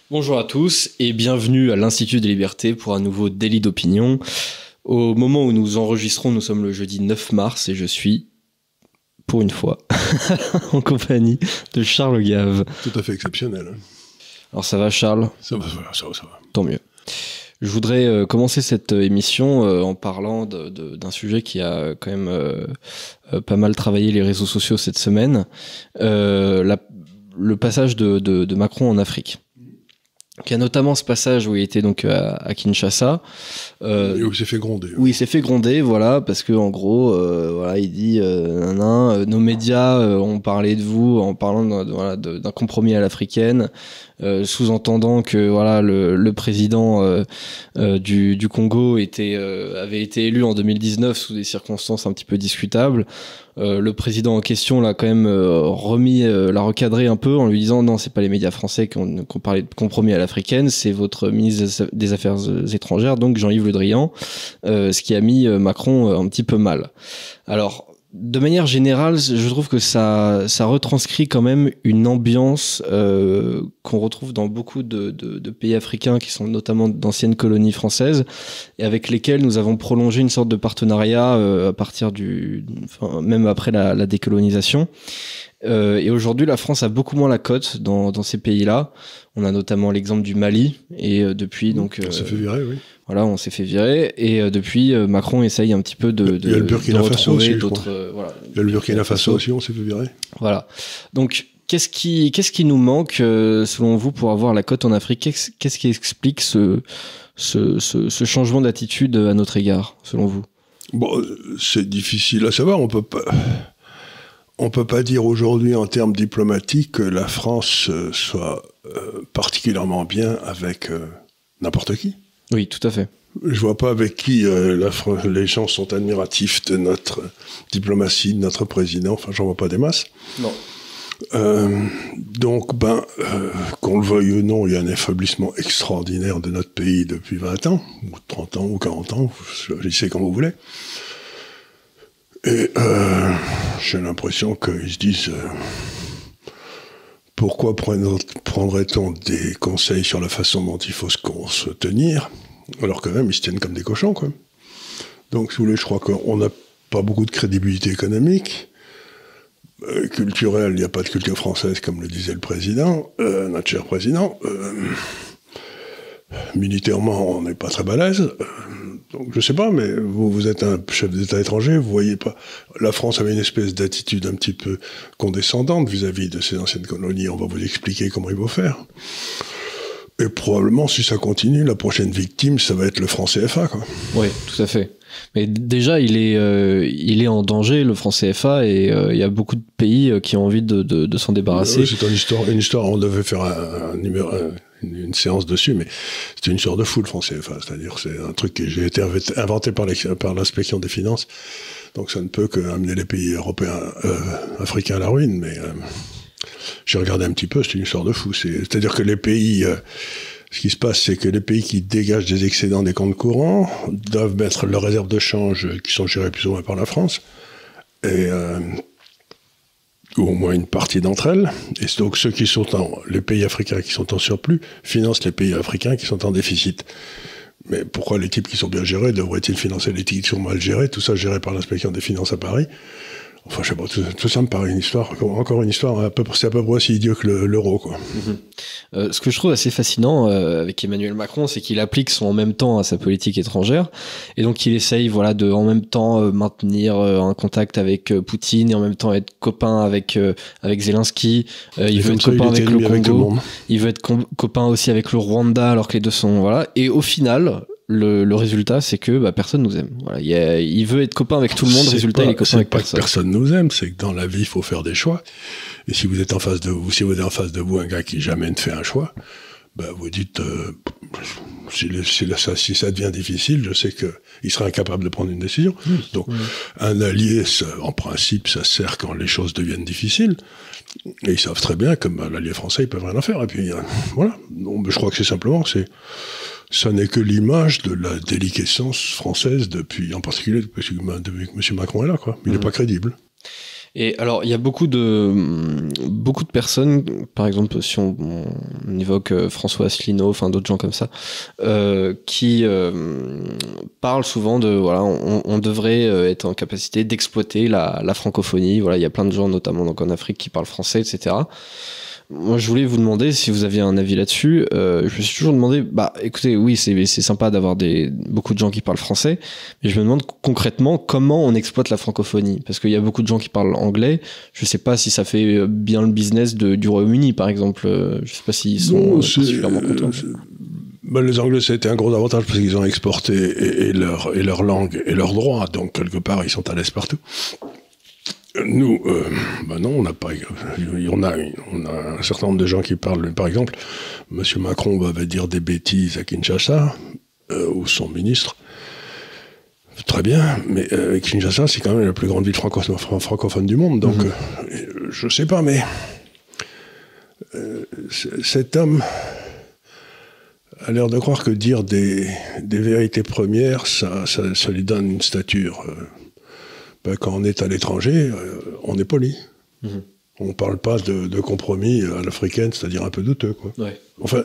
Bonjour à tous et bienvenue à l'Institut des Libertés pour un nouveau délit d'opinion. Au moment où nous enregistrons, nous sommes le jeudi 9 mars et je suis, pour une fois, en compagnie de Charles Gave. Tout à fait exceptionnel. Alors ça va Charles ? Ça va. Tant mieux. Je voudrais commencer cette émission en parlant d'un sujet qui a quand même pas mal travaillé les réseaux sociaux cette semaine, le passage de Macron en Afrique. Il y a notamment ce passage où il était donc à Kinshasa. Et où il s'est fait gronder. Où il s'est fait gronder, voilà, parce que en gros, voilà, il dit nos médias ont parlé de vous en parlant d'un compromis à l'africaine, sous-entendant que voilà le président du Congo avait été élu en 2019 sous des circonstances un petit peu discutables. Le président en question l'a quand même l'a recadré un peu en lui disant non, c'est pas les médias français qui ont parlé de compromis à l'africaine, c'est votre ministre des Affaires étrangères, donc Jean-Yves Le Drian, ce qui a mis Macron un petit peu mal. Alors, de manière générale, je trouve que ça retranscrit quand même une ambiance qu'on retrouve dans beaucoup de pays africains qui sont notamment d'anciennes colonies françaises et avec lesquels nous avons prolongé une sorte de partenariat à partir même après la décolonisation. Et aujourd'hui, la France a beaucoup moins la cote dans ces pays-là. On a notamment l'exemple du Mali et depuis donc. On s'est fait virer, oui. Voilà, on s'est fait virer et depuis il essaye un petit peu de il y a le Burkina Faso aussi, d'autres. Voilà. Il y a le Burkina Faso aussi, on s'est fait virer. Voilà. Donc qu'est-ce qui nous manque selon vous pour avoir la cote en Afrique ? Qu'est-ce qui explique ce changement d'attitude à notre égard, selon vous ? Bon, c'est difficile à savoir. On peut pas dire aujourd'hui en termes diplomatiques que la France soit particulièrement bien avec n'importe qui. Oui, tout à fait. Je vois pas avec qui les gens sont admiratifs de notre diplomatie, de notre président. Enfin, j'en vois pas des masses. Non. Donc, qu'on le veuille ou non, il y a un affaiblissement extraordinaire de notre pays depuis 20 ans, ou 30 ans, ou 40 ans, choisissez comme vous voulez. Et j'ai l'impression qu'ils se disent pourquoi prendrait-on des conseils sur la façon dont il faut se tenir, alors quand même ils se tiennent comme des cochons, quoi. Donc, si vous voulez, je crois qu'on n'a pas beaucoup de crédibilité économique. Culturelle, il n'y a pas de culture française, comme le disait le président, notre cher président. Militairement, on n'est pas très balèze. Donc, je sais pas, mais vous êtes un chef d'État étranger, vous voyez pas. La France avait une espèce d'attitude un petit peu condescendante vis-à-vis de ses anciennes colonies. On va vous expliquer comment il faut faire. Et probablement, si ça continue, la prochaine victime, ça va être le franc CFA, quoi. Oui, tout à fait. Mais déjà, il est en danger, le franc CFA, et il y a beaucoup de pays qui ont envie de s'en débarrasser. C'est une histoire, on devait faire une séance dessus, mais c'est une histoire de fou, le franc CFA. C'est-à-dire, c'est un truc qui a été inventé par l'inspection des finances. Donc, ça ne peut qu'amener les pays européens, africains à la ruine, mais j'ai regardé un petit peu, c'est une histoire de fou. C'est-à-dire que les pays... ce qui se passe, c'est que les pays qui dégagent des excédents des comptes courants doivent mettre leurs réserves de change qui sont gérées plus ou moins par la France, ou au moins une partie d'entre elles. Et donc les pays africains qui sont en surplus financent les pays africains qui sont en déficit. Mais pourquoi les types qui sont bien gérés devraient-ils financer les types qui sont mal gérés ? Tout ça géré par l'inspection des finances à Paris. Enfin, je sais pas, tout ça me paraît encore une histoire, c'est à peu près aussi idiot que l'euro, quoi. Ce que je trouve assez fascinant avec Emmanuel Macron, c'est qu'il applique son en même temps à sa politique étrangère, et donc il essaye, voilà, de en même temps maintenir un contact avec Poutine et en même temps être copain avec Zelensky. Il veut être copain avec le Congo. Il veut être copain aussi avec le Rwanda, alors que les deux sont, voilà. Et au final, le résultat, c'est que personne nous aime. Voilà, il veut être copain avec tout le monde. Résultat, il est copain avec personne. Personne nous aime, c'est que dans la vie, il faut faire des choix. Et si vous êtes en face de vous un gars qui jamais ne fait un choix, vous dites si ça devient difficile, je sais que il sera incapable de prendre une décision. Donc, un allié, en principe, ça sert quand les choses deviennent difficiles. Et ils savent très bien que l'allié français, ils peuvent rien en faire. Et puis voilà. Donc, je crois que c'est simplement ça n'est que l'image de la déliquescence française depuis, en particulier depuis que M. Macron est là, quoi. Il n'est pas crédible. Et alors, il y a beaucoup de personnes, par exemple, si on évoque François Asselineau, enfin d'autres gens comme ça, qui parlent souvent de, voilà, on devrait être en capacité d'exploiter la francophonie. Voilà, il y a plein de gens, notamment donc en Afrique, qui parlent français, etc. Moi, je voulais vous demander si vous aviez un avis là-dessus. Je me suis toujours demandé, écoutez, oui, c'est sympa d'avoir beaucoup de gens qui parlent français, mais je me demande concrètement comment on exploite la francophonie. Parce qu'il y a beaucoup de gens qui parlent anglais. Je sais pas si ça fait bien le business du Royaume-Uni, par exemple. Je sais pas s'ils sont particulièrement contents. Les Anglais, ça a été un gros avantage parce qu'ils ont exporté et leur langue et leurs droits. Donc, quelque part, ils sont à l'aise partout. Nous, non, on n'a pas. On a un certain nombre de gens qui parlent. Par exemple, M. Macron va dire des bêtises à Kinshasa, ou son ministre. Très bien, mais Kinshasa, c'est quand même la plus grande ville francophone du monde. Donc, je sais pas, mais cet homme a l'air de croire que dire des vérités premières, ça lui donne une stature. Quand on est à l'étranger, on est poli. On ne parle pas de compromis à l'africaine, c'est-à-dire un peu douteux, quoi. Ouais. Enfin,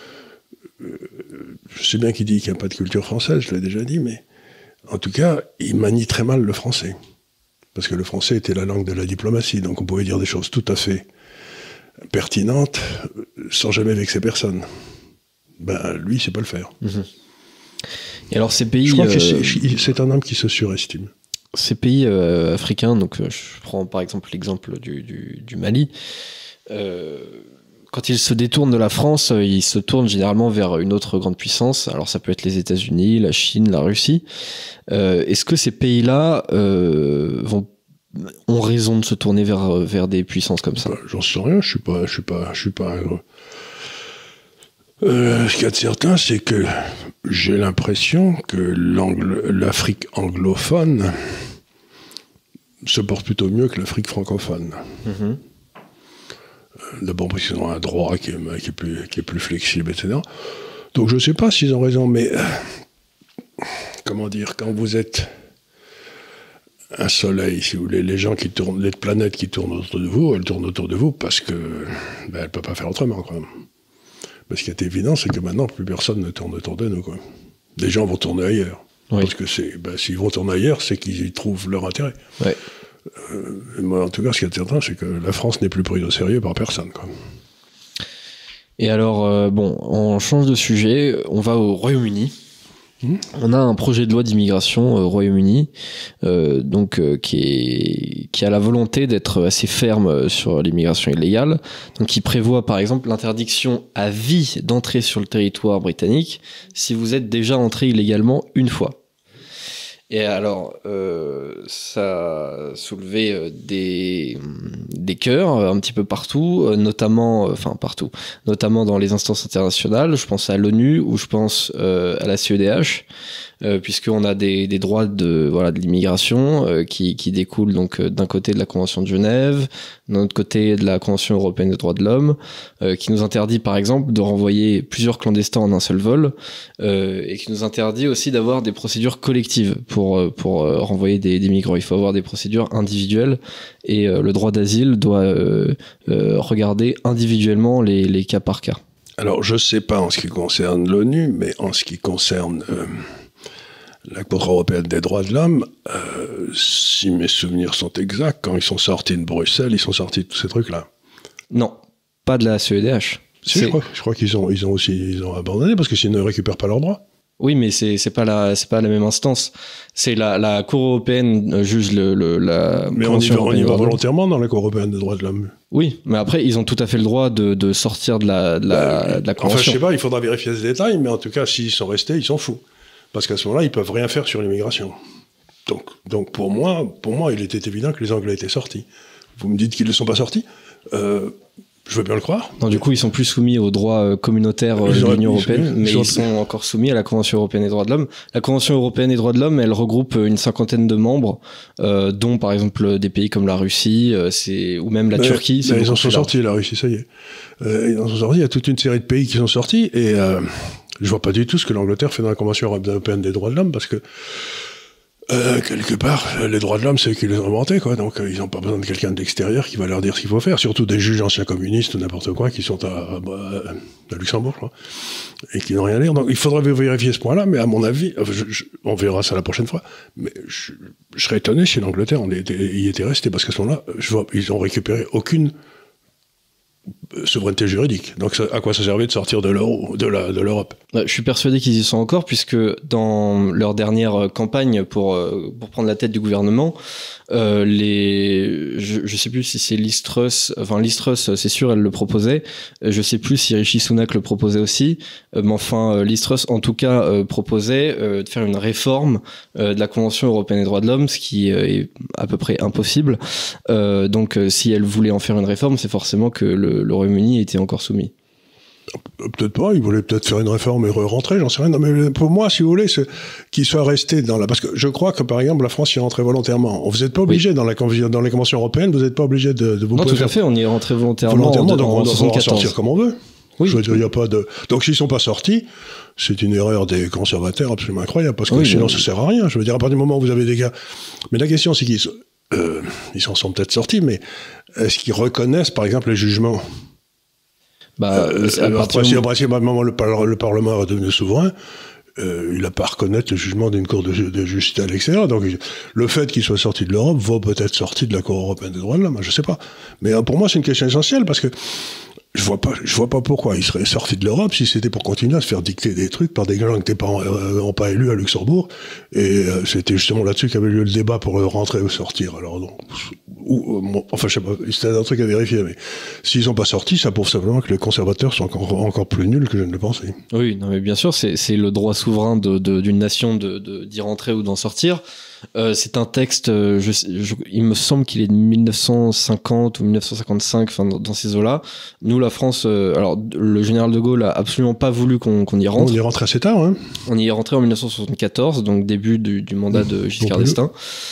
je sais bien qu'il dit qu'il n'y a pas de culture française, je l'ai déjà dit, mais en tout cas, il manie très mal le français. Parce que le français était la langue de la diplomatie, donc on pouvait dire des choses tout à fait pertinentes sans jamais vexer personne. Lui, il ne sait pas le faire. Et alors, ces pays... Je crois que c'est un homme qui se surestime. Ces pays africains, donc je prends par exemple l'exemple du Mali, quand ils se détournent de la France, ils se tournent généralement vers une autre grande puissance. Alors ça peut être les États-Unis, la Chine, la Russie. Est-ce que ces pays-là ont raison de se tourner vers des puissances comme ça? J'en sais rien, je suis pas un... ce qu'il y a de certain, c'est que j'ai l'impression que l'Afrique anglophone se porte plutôt mieux que l'Afrique francophone. D'abord parce qu'ils ont un droit qui est plus flexible, etc. Donc je ne sais pas s'ils ont raison, mais comment dire, quand vous êtes un soleil, si vous voulez, les planètes qui tournent autour de vous, elles tournent autour de vous parce que elles ne peuvent pas faire autrement, quoi. Mais ce qui est évident, c'est que maintenant, plus personne ne tourne autour de nous, quoi. Les gens vont tourner ailleurs. Oui. Parce que s'ils vont tourner ailleurs, c'est qu'ils y trouvent leur intérêt. Ouais. Moi, en tout cas, ce qui est certain, c'est que la France n'est plus prise au sérieux par personne, quoi. Et alors, on change de sujet, on va au Royaume-Uni. On a un projet de loi d'immigration au Royaume-Uni, qui a la volonté d'être assez ferme sur l'immigration illégale. Donc, qui prévoit par exemple l'interdiction à vie d'entrer sur le territoire britannique si vous êtes déjà entré illégalement une fois. Et alors, ça a soulevé des cœurs un petit peu partout, notamment dans les instances internationales. Je pense à l'ONU ou je pense à la CEDH, puisqu'on a des droits de l'immigration qui découlent donc d'un côté de la Convention de Genève, d'un autre côté de la Convention européenne des droits de l'homme, qui nous interdit par exemple de renvoyer plusieurs clandestins en un seul vol, et qui nous interdit aussi d'avoir des procédures collectives pour renvoyer des migrants. Il faut avoir des procédures individuelles et le droit d'asile doit regarder individuellement les cas par cas. Alors je ne sais pas en ce qui concerne l'ONU, mais en ce qui concerne la Cour européenne des droits de l'homme, si mes souvenirs sont exacts, quand ils sont sortis de Bruxelles, ils sont sortis de tous ces trucs-là. Non, pas de la CEDH. Si, je crois qu'ils ont abandonné parce que sinon ils ne récupèrent pas leurs droits. Oui, mais c'est pas la même instance. C'est la Cour européenne juge la. Mais on y va volontairement dans la Cour européenne des droits de l'homme. Oui, mais après ils ont tout à fait le droit de sortir de la convention. Enfin, je sais pas, il faudra vérifier ce détail, mais en tout cas, s'ils sont restés, ils s'en foutent. Parce qu'à ce moment-là, ils peuvent rien faire sur l'immigration. Donc pour moi, il était évident que les Anglais étaient sortis. Vous me dites qu'ils ne sont pas sortis. Je veux bien le croire. Non, du coup, ils sont plus soumis aux droits communautaires de l'Union européenne, mais ils sont encore soumis à la Convention européenne des droits de l'homme. La Convention européenne des droits de l'homme, elle regroupe une cinquantaine de membres, dont par exemple des pays comme la Russie, ou même la Turquie. Ils en sont sortis, la Russie, ça y est. Ils en sont sortis. Il y a toute une série de pays qui sont sortis, et je vois pas du tout ce que l'Angleterre fait dans la Convention européenne des droits de l'homme, parce que Quelque part, les droits de l'homme, c'est eux qui les ont inventés, quoi. Donc, ils n'ont pas besoin de quelqu'un de l'extérieur qui va leur dire ce qu'il faut faire. Surtout des juges anciens communistes ou n'importe quoi qui sont à Luxembourg, je crois, et qui n'ont rien à dire. Donc, il faudrait vérifier ce point-là, mais à mon avis, on verra ça la prochaine fois. Mais je serais étonné si l'Angleterre y était resté, parce qu'à ce moment-là, ils ont récupéré aucune souveraineté juridique. Donc à quoi ça servait de sortir de l'euro, de l'Europe? Je suis persuadé qu'ils y sont encore, puisque dans leur dernière campagne pour prendre la tête du gouvernement, je sais plus si c'est Liz Truss, c'est sûr, elle le proposait. Je sais plus si Rishi Sunak le proposait aussi, mais enfin Liz Truss en tout cas proposait de faire une réforme de la Convention européenne des droits de l'homme, ce qui est à peu près impossible. Donc si elle voulait en faire une réforme, c'est forcément que le Royaume-Uni était encore soumis. Peut-être pas, ils voulaient peut-être faire une réforme et rentrer, j'en sais rien. Non, mais pour moi, si vous voulez, c'est qu'ils soient restés dans la... Parce que je crois que, par exemple, la France y est rentrée volontairement. Vous n'êtes pas obligé, dans les conventions européennes, vous n'êtes pas obligé de vous... Non, tout à fait, on y est rentré volontairement donc en on doit 74. sortir comme on veut. Oui. Je veux dire, il n'y a pas de... Donc, s'ils ne sont pas sortis, c'est une erreur des conservateurs absolument incroyable, parce que sinon, ça ne sert à rien. Je veux dire, à partir du moment où vous avez des gars... Mais la question, c'est qu'ils s'en sont peut-être sortis, mais est-ce qu'ils reconnaissent, par exemple, les jugements? Le Parlement est devenu souverain, il n'a pas à reconnaître le jugement d'une cour de justice à l'extérieur. Donc, le fait qu'il soit sorti de l'Europe vaut peut-être sorti de la Cour européenne des droits de l'homme, je ne sais pas. Mais pour moi, c'est une question essentielle, parce que je vois pas pourquoi il serait sorti de l'Europe si c'était pour continuer à se faire dicter des trucs par des gens qui n'étaient pas élus à Luxembourg. Et c'était justement là-dessus qu'avait lieu le débat pour rentrer ou sortir. Alors, donc, enfin, je sais pas, c'était un truc à vérifier, mais s'ils sont pas sortis, ça prouve simplement que les conservateurs sont encore plus nuls que je ne le pensais. Oui, non, mais bien sûr, c'est le droit souverain d'une nation d'y rentrer ou d'en sortir. C'est un texte, il me semble qu'il est de 1950 ou 1955, enfin dans ces eaux-là. Nous, la France, alors le général de Gaulle a absolument pas voulu qu'on y rentre. On y est rentré assez tard, hein. On y est rentré en 1974, donc début du mandat de Giscard d'Estaing.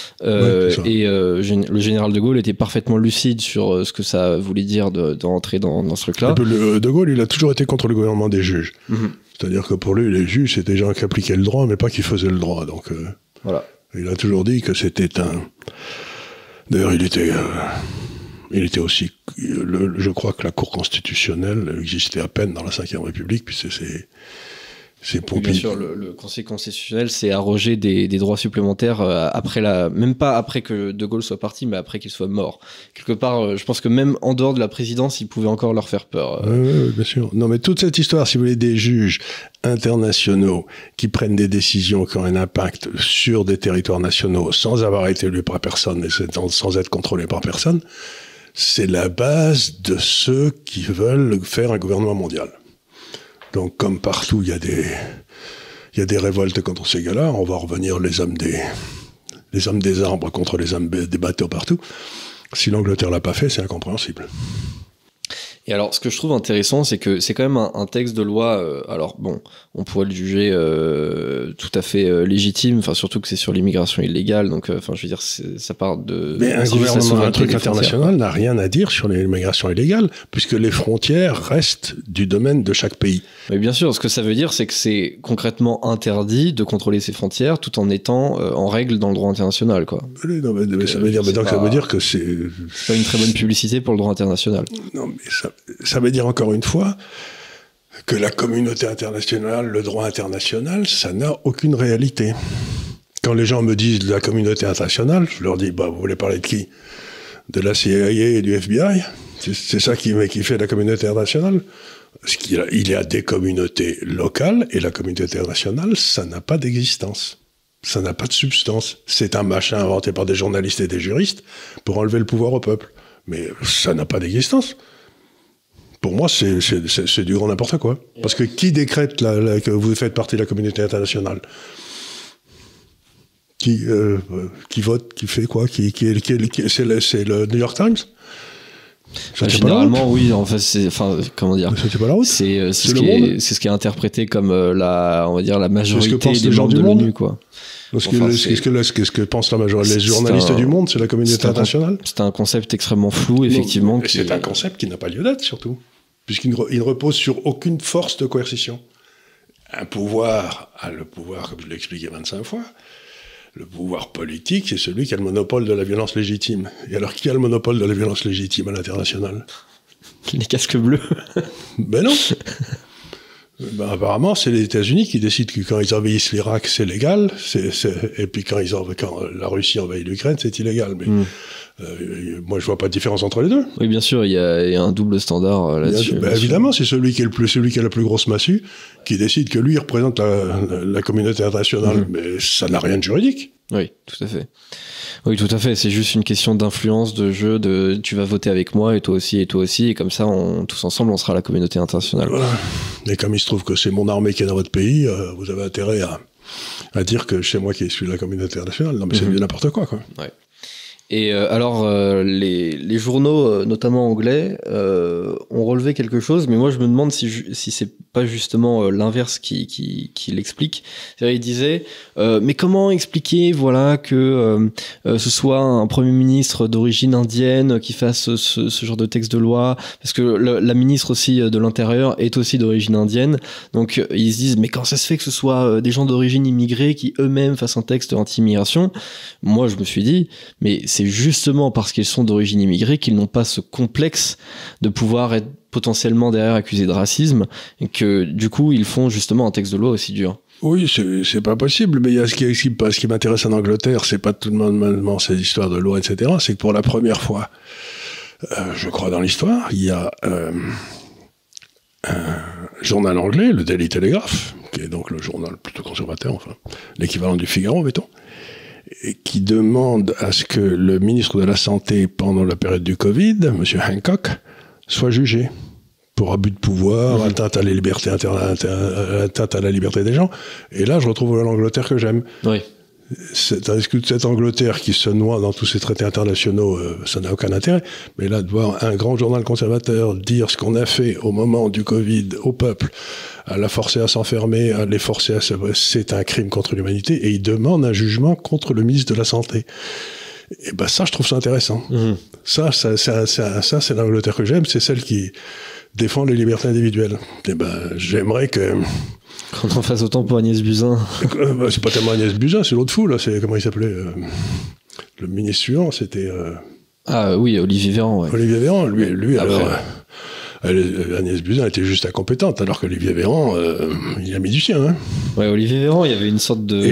Le général de Gaulle était parfaitement lucide sur ce que ça voulait dire de rentrer dans ce truc-là. De Gaulle, il a toujours été contre le gouvernement des juges. Mm-hmm. C'est-à-dire que pour lui, les juges, c'était des gens qui appliquaient le droit, mais pas qui faisaient le droit. Donc, voilà. Il a toujours dit que c'était un... D'ailleurs, il était aussi... Je crois que la Cour constitutionnelle existait à peine dans la Ve République, puis c'est Pompidou. Bien sûr, le Conseil constitutionnel s'est arrogé des droits supplémentaires même pas après que De Gaulle soit parti, mais après qu'il soit mort. Quelque part, je pense que même en dehors de la présidence, il pouvait encore leur faire peur. Oui, bien sûr. Non, mais toute cette histoire, si vous voulez, des juges internationaux qui prennent des décisions qui ont un impact sur des territoires nationaux sans avoir été élus par personne et sans être contrôlés par personne, c'est la base de ceux qui veulent faire un gouvernement mondial. Donc, comme partout, il y a des révoltes contre ces gars-là. On va revenir les hommes des arbres contre les hommes des bateaux partout. Si l'Angleterre l'a pas fait, c'est incompréhensible. Et alors, ce que je trouve intéressant, c'est que c'est quand même un texte de loi. Alors bon, on pourrait le juger tout à fait légitime. Enfin, surtout que c'est sur l'immigration illégale. Donc, enfin, je veux dire, ça part de. Mais un gouvernement, un truc international n'a rien à dire sur l'immigration illégale, puisque les frontières restent du domaine de chaque pays. Mais bien sûr, ce que ça veut dire, c'est que c'est concrètement interdit de contrôler ces frontières, tout en étant en règle dans le droit international, quoi. Non, mais ça veut dire que c'est pas une très bonne publicité pour le droit international. Non, mais ça veut dire encore une fois que la communauté internationale, le droit international, ça n'a aucune réalité. Quand les gens me disent de la communauté internationale, je leur dis, vous voulez parler de qui? De la CIA et du FBI? C'est ça qui fait la communauté internationale? Parce qu'il y a des communautés locales, et la communauté internationale, ça n'a pas d'existence. Ça n'a pas de substance. C'est un machin inventé par des journalistes et des juristes pour enlever le pouvoir au peuple. Mais ça n'a pas d'existence. Pour moi, c'est du grand n'importe quoi. Parce que qui décrète que vous faites partie de la communauté internationale? Qui vote? Qui fait quoi? C'est le New York Times? Généralement, oui. En fait, comment dire? C'était pas la route. C'est ce qui est interprété comme on va dire la majorité des gens membres de l'ONU, quoi. Qu'est-ce que pensent la majorité? Les journalistes du monde, c'est la communauté internationale? C'est un concept extrêmement flou, effectivement. C'est un concept qui n'a pas lieu d'être, surtout. Puisqu'il ne repose sur aucune force de coercition. Un pouvoir a le pouvoir, comme je l'ai expliqué 25 fois, Le pouvoir politique, c'est celui qui a le monopole de la violence légitime. Et alors, qui a le monopole de la violence légitime à l'international? Les casques bleus. Ben non. Ben apparemment, c'est les États-Unis qui décident que quand ils envahissent l'Irak, c'est légal, et puis quand la Russie envahit l'Ukraine, c'est illégal. Mais moi, je vois pas de différence entre les deux. Oui, bien sûr, il y a un double standard là-dessus. Ben évidemment, c'est celui qui a la plus grosse massue qui décide que lui représente la communauté internationale. Mais ça n'a rien de juridique. Oui, tout à fait. Oui, tout à fait. C'est juste une question d'influence, de jeu, de tu vas voter avec moi et toi aussi, et comme ça, tous ensemble, on sera la communauté internationale. Voilà. Et comme il se trouve que c'est mon armée qui est dans votre pays, vous avez intérêt à dire que c'est moi qui suis la communauté internationale. Non, mais c'est n'importe quoi. Ouais. Et alors, les journaux, notamment anglais, ont relevé quelque chose, mais moi je me demande si c'est pas justement l'inverse qui l'explique. C'est-à-dire, il disait, mais comment expliquer, voilà, que ce soit un premier ministre d'origine indienne qui fasse ce genre de texte de loi, parce que la ministre aussi de l'Intérieur est aussi d'origine indienne, donc ils se disent, mais quand ça se fait que ce soit des gens d'origine immigrée qui eux-mêmes fassent un texte anti-immigration? Moi je me suis dit, mais c'est justement parce qu'ils sont d'origine immigrée qu'ils n'ont pas ce complexe de pouvoir être potentiellement derrière accusés de racisme, et que du coup ils font justement un texte de loi aussi dur. Oui, c'est pas possible, mais il y a ce qui m'intéresse en Angleterre, c'est pas tout le monde ces histoires de loi, etc. C'est que pour la première fois, je crois dans l'histoire, il y a un journal anglais, le Daily Telegraph, qui est donc le journal plutôt conservateur, enfin l'équivalent du Figaro, mettons, et qui demande à ce que le ministre de la Santé, pendant la période du Covid, M. Hancock, soit jugé pour abus de pouvoir, atteinte à la liberté atteinte à la liberté des gens. Et là, je retrouve l'Angleterre que j'aime. Oui. Tandis que cette Angleterre qui se noie dans tous ces traités internationaux, ça n'a aucun intérêt. Mais là, de voir un grand journal conservateur dire ce qu'on a fait au moment du Covid au peuple, à la forcer à s'enfermer, à les forcer à c'est un crime contre l'humanité, et il demande un jugement contre le ministre de la Santé. Et ben ça, je trouve ça intéressant. Ça, c'est l'Angleterre que j'aime, c'est celle qui défend les libertés individuelles. Et ben, j'aimerais que... Qu'on en fasse autant pour Agnès Buzyn. C'est pas tellement Agnès Buzyn, c'est l'autre fou, là. C'est, comment il s'appelait le ministre suivant, c'était... Ah oui, Olivier Véran, ouais. Olivier Véran, lui alors... Agnès Buzyn était juste incompétente, alors qu'Olivier Véran, il a mis du sien. Hein. Ouais, Olivier Véran, il y avait une sorte de...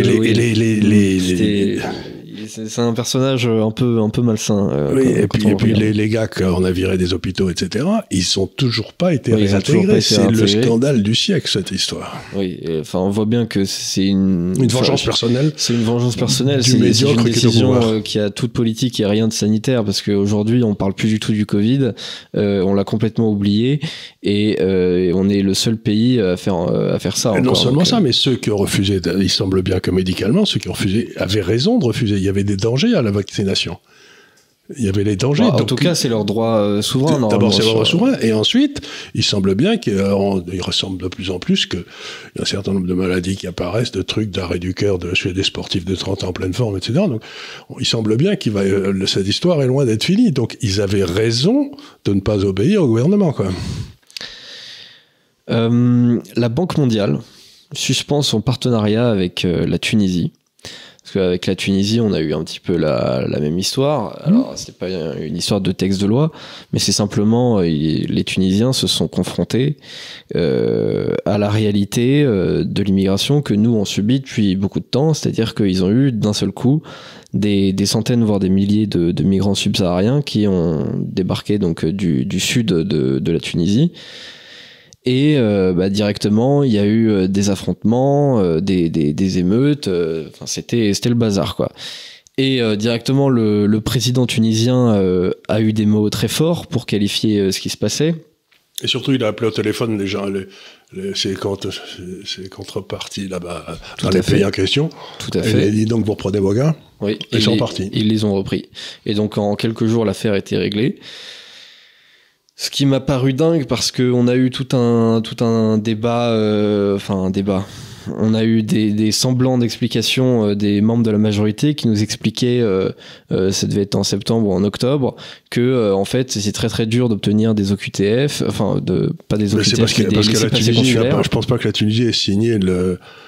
C'est un personnage un peu malsain. Oui, et puis les gars qu'on a virés des hôpitaux, etc., ils sont toujours pas été réintégrés. C'est le scandale du siècle, cette histoire. Oui, enfin, on voit bien que c'est une vengeance personnelle. C'est une vengeance personnelle. C'est une décision qui a toute politique et rien de sanitaire, parce qu'aujourd'hui, on parle plus du tout du Covid. On l'a complètement oublié, et on est le seul pays à faire ça. Non seulement ça, mais ceux qui ont refusé, il semble bien que médicalement, ceux qui ont refusé avaient raison de refuser. Il y avait des dangers à la vaccination. Il y a les dangers. En tout cas, c'est leur droit souverain. D'abord, c'est leur droit souverain. Et ensuite, il semble bien qu'il ressemble de plus en plus qu'il y a un certain nombre de maladies qui apparaissent, de trucs d'arrêt du cœur chez des sportifs de 30 ans en pleine forme, etc. Donc, il semble bien cette histoire est loin d'être finie. Donc, ils avaient raison de ne pas obéir au gouvernement, quoi. La Banque mondiale suspend son partenariat avec la Tunisie. Parce qu'avec la Tunisie, on a eu un petit peu la même histoire. Alors, c'est pas une histoire de texte de loi, mais c'est simplement les Tunisiens se sont confrontés à la réalité de l'immigration que nous on subit depuis beaucoup de temps. C'est-à-dire qu'ils ont eu d'un seul coup des centaines voire des milliers de migrants subsahariens qui ont débarqué donc du sud de la Tunisie. Et directement, il y a eu des affrontements, des émeutes. Enfin, c'était le bazar, quoi. Et directement, le président tunisien a eu des mots très forts pour qualifier ce qui se passait. Et surtout, il a appelé au téléphone les gens, ses contreparties là-bas dans les pays en question. Tout à fait. Et il a dit donc vous reprenez vos gars. Oui. Ils sont partis. Ils les ont repris. Et donc en quelques jours, l'affaire était réglée. Ce qui m'a paru dingue parce qu'on a eu tout un débat, un débat. On a eu des semblants d'explications des membres de la majorité qui nous expliquaient, ça devait être en septembre ou en octobre, que en fait c'est très très dur d'obtenir des OQTF, enfin pas des OQTF, parce que la Tunisie, je pense pas que la Tunisie ait signé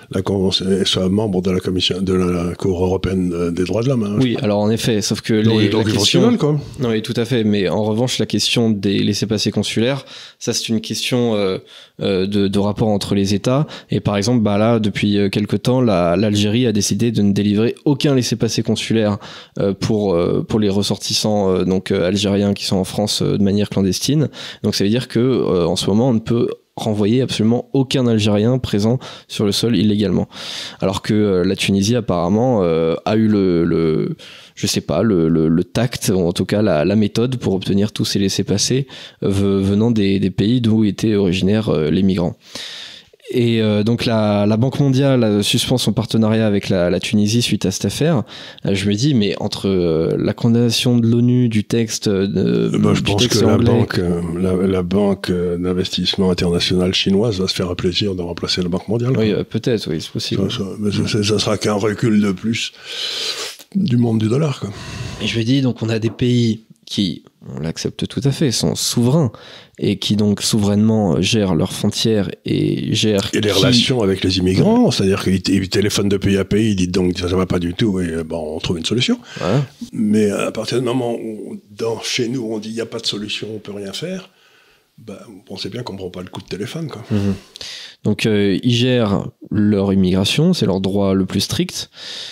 soit membre de la commission de la Cour européenne des droits de l'homme. Hein, oui, alors en effet, sauf que donc la question, quoi. Non, oui, tout à fait. Mais en revanche, la question des laissez-passer consulaires, ça c'est une question de rapport entre les États. Et par exemple, bah là, depuis quelque temps, l'Algérie a décidé de ne délivrer aucun laissez-passer consulaire pour les ressortissants algériens qui sont en France de manière clandestine. Donc ça veut dire que en ce moment, on ne peut renvoyer absolument aucun Algérien présent sur le sol illégalement. Alors que la Tunisie apparemment a eu le tact, ou en tout cas la méthode pour obtenir tous ces laissez-passer venant des pays d'où étaient originaires les migrants. Et donc la Banque mondiale suspend son partenariat avec la Tunisie suite à cette affaire. Je me dis, mais entre la condamnation de l'ONU du texte je pense que la banque d'investissement internationale chinoise va se faire un plaisir de remplacer la Banque mondiale. Oui, peut-être, oui, c'est possible. Ça sera qu'un recul de plus du monde du dollar, quoi. Et je me dis, donc on a des pays qui, on l'accepte tout à fait, sont souverains et qui donc souverainement gèrent leurs frontières et gèrent... Et les relations avec les immigrants, c'est-à-dire qu'ils téléphonent de pays à pays, ils disent donc ça va pas du tout, et on trouve une solution. Ouais. Mais à partir du moment où, chez nous, on dit il n'y a pas de solution, on peut rien faire, vous pensez bien qu'on ne prend pas le coup de téléphone, quoi. Mmh. Donc ils gèrent leur immigration, c'est leur droit le plus strict.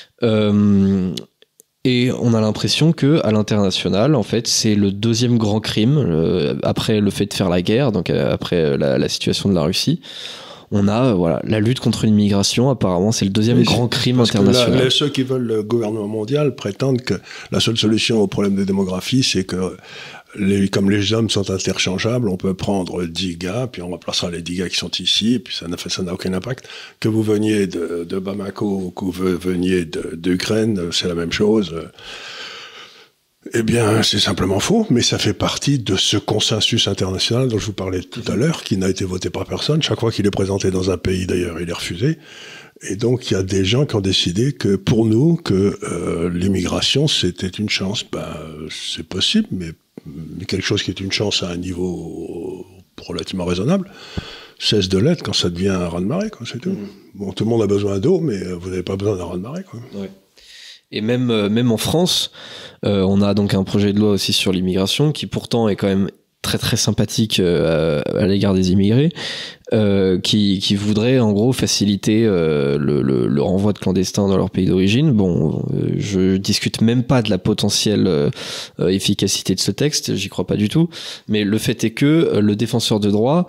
Et on a l'impression que à l'international, en fait, c'est le deuxième grand crime après le fait de faire la guerre, donc après la situation de la Russie. On a la lutte contre l'immigration. Apparemment, c'est le deuxième grand crime international. Que ceux qui veulent le gouvernement mondial prétendent que la seule solution au problème de démographie, c'est que comme les hommes sont interchangeables, on peut prendre 10 gars, puis on remplacera les 10 gars qui sont ici, et puis ça n'a aucun impact. Que vous veniez de Bamako ou que vous veniez d'Ukraine, c'est la même chose. Eh bien, c'est simplement faux, mais ça fait partie de ce consensus international dont je vous parlais tout à l'heure, qui n'a été voté par personne. Chaque fois qu'il est présenté dans un pays, d'ailleurs, il est refusé. Et donc, il y a des gens qui ont décidé que, pour nous, que l'immigration, c'était une chance. C'est possible, mais quelque chose qui est une chance à un niveau relativement raisonnable cesse de l'être quand ça devient un raz-de-marée, quoi, c'est tout. Bon, tout le monde a besoin d'eau, mais vous n'avez pas besoin d'un raz-de-marée, quoi. Ouais. Et même en France, on a donc un projet de loi aussi sur l'immigration qui pourtant est quand même très très sympathique à l'égard des immigrés, qui voudrait en gros faciliter le renvoi de clandestins dans leur pays d'origine. Bon, je discute même pas de la potentielle efficacité de ce texte, j'y crois pas du tout, mais le fait est que le défenseur de droit